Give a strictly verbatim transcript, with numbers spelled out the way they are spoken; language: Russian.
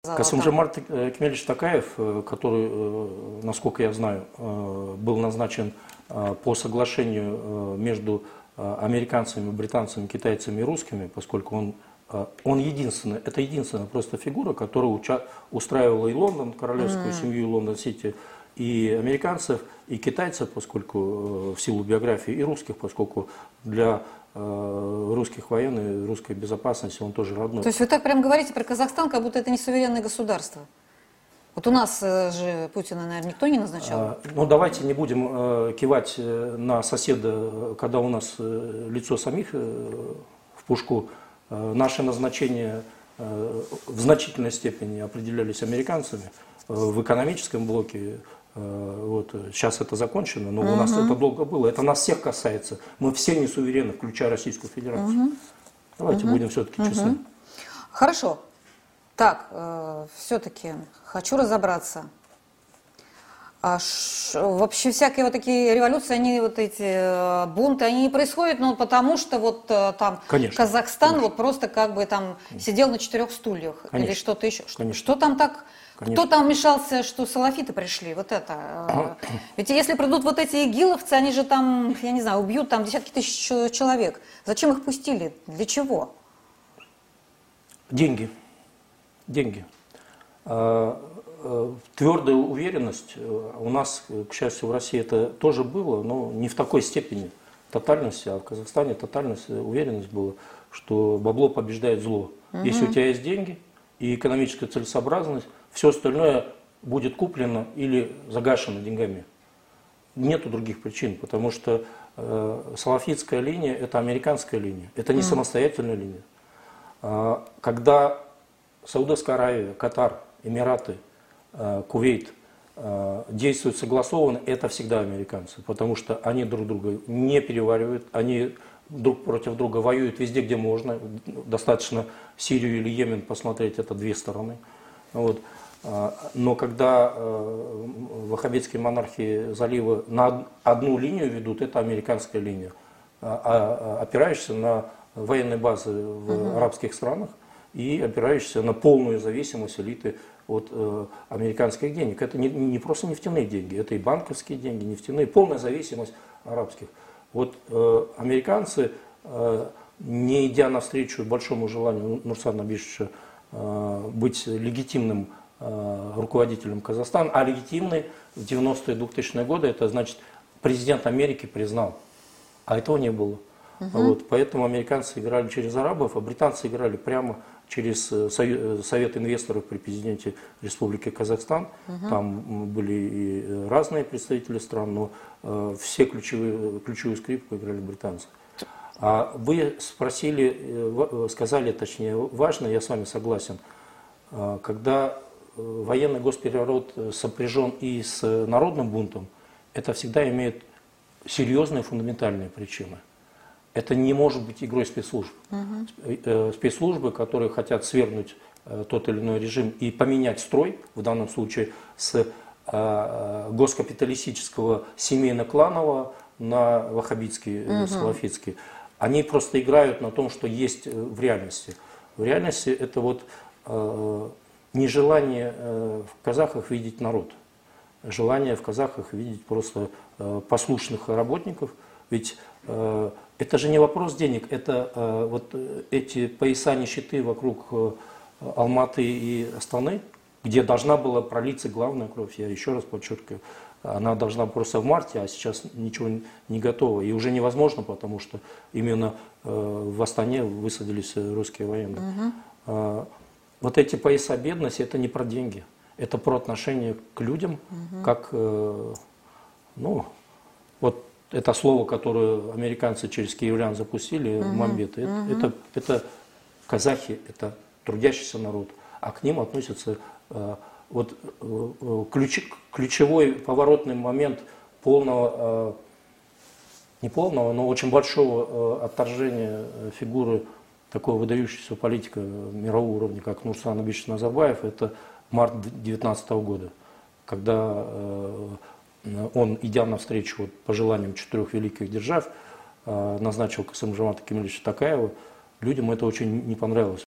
Касым-Жомарт Кемелевич Токаев, который, насколько я знаю, был назначен по соглашению между американцами, британцами, китайцами и русскими, поскольку он, он единственный, это единственная просто фигура, которая уча, устраивала и Лондон, королевскую mm-hmm. семью, и Лондон-Сити, и американцев, и китайцев, поскольку в силу биографии, и русских, поскольку для русских военных, русской безопасности он тоже родной. То есть вы так прям говорите про Казахстан, как будто это не суверенное государство? Вот у нас же Путина, наверное, никто не назначал. А, ну давайте не будем э, кивать на соседа, когда у нас э, лицо самих э, в пушку. Э, наши назначения э, в значительной степени определялись американцами э, в экономическом блоке. Вот, сейчас это закончено, но угу. у нас это долго было. Это нас всех касается. Мы все не суверенны, включая Российскую Федерацию. Угу. Давайте угу. будем все-таки угу. честны. Хорошо. Так, э, все-таки хочу разобраться. А ш, вообще всякие вот такие революции, они вот эти э, бунты, они не происходят, ну потому что вот э, там конечно, Казахстан конечно. вот просто как бы там конечно. Сидел на четырех стульях конечно. Или что-то еще. Что, Конечно. что там так? Конечно. Кто там вмешался, что салафиты пришли? Вот это. Ведь если придут вот эти игиловцы, они же там, я не знаю, убьют там десятки тысяч человек. Зачем их пустили? Для чего? Деньги. Деньги. Твердая уверенность. У нас, к счастью, в России это тоже было, но не в такой степени тотальности, а в Казахстане тотальность, уверенность была, что бабло побеждает зло. Угу. Если у тебя есть деньги и экономическая целесообразность, все остальное будет куплено или загашено деньгами. Нету других причин, потому что э, салафитская линия – это американская линия, это не mm. самостоятельная линия. Э, когда Саудовская Аравия, Катар, Эмираты, э, Кувейт э, действуют согласованно, это всегда американцы, потому что они друг друга не переваривают, они друг против друга воюют везде, где можно. Достаточно Сирию или Йемен посмотреть, это две стороны. Вот. Но когда э, ваххабитские монархии залива на одну линию ведут, это американская линия, а, а, опирающаяся на военные базы в угу. арабских странах и опирающаяся на полную зависимость элиты от э, американских денег. Это не, не просто нефтяные деньги, это и банковские деньги, нефтяные, полная зависимость арабских. Вот э, американцы, э, не идя навстречу большому желанию Нурсултана Абишевича э, быть легитимным руководителем Казахстана, а легитимный в девяностые двухтысячные годы, это значит, президент Америки признал, а этого не было. Угу. Вот, поэтому американцы играли через арабов, а британцы играли прямо через Совет инвесторов при президенте Республики Казахстан. Угу. Там были и разные представители стран, но э, все ключевые, ключевую скрипку играли британцы. А вы спросили, сказали, точнее, важно, я с вами согласен, когда военный госпереворот сопряжен и с народным бунтом, это всегда имеет серьезные фундаментальные причины. Это не может быть игрой спецслужб. Угу. Спецслужбы, которые хотят свергнуть тот или иной режим и поменять строй, в данном случае с госкапиталистического семейно-кланового на ваххабитский, угу. салафитский, они просто играют на том, что есть в реальности. В реальности это вот нежелание в казахах видеть народ, желание в казахах видеть просто послушных работников. Ведь это же не вопрос денег, это вот эти пояса нищеты вокруг Алматы и Астаны, где должна была пролиться главная кровь, я еще раз подчеркиваю, она должна просто в марте, а сейчас ничего не готово. И уже невозможно, потому что именно в Астане высадились русские военные. Угу. Вот эти пояса бедности, это не про деньги, это про отношение к людям, угу. как, э, ну, вот это слово, которое американцы через киевлян запустили, угу. мамбеты, это, угу. это, это казахи, это трудящийся народ, а к ним относятся, э, вот э, ключ, ключевой поворотный момент полного, э, не полного, но очень большого э, отторжения фигуры такого выдающегося политика мирового уровня, как Нурсултан Абишевич Назарбаев, это март две тысячи девятнадцатого года, когда э, он, идя навстречу вот, пожеланиям четырех великих держав, э, назначил Касым-Жомарта Кемелевича Токаева, людям это очень не понравилось.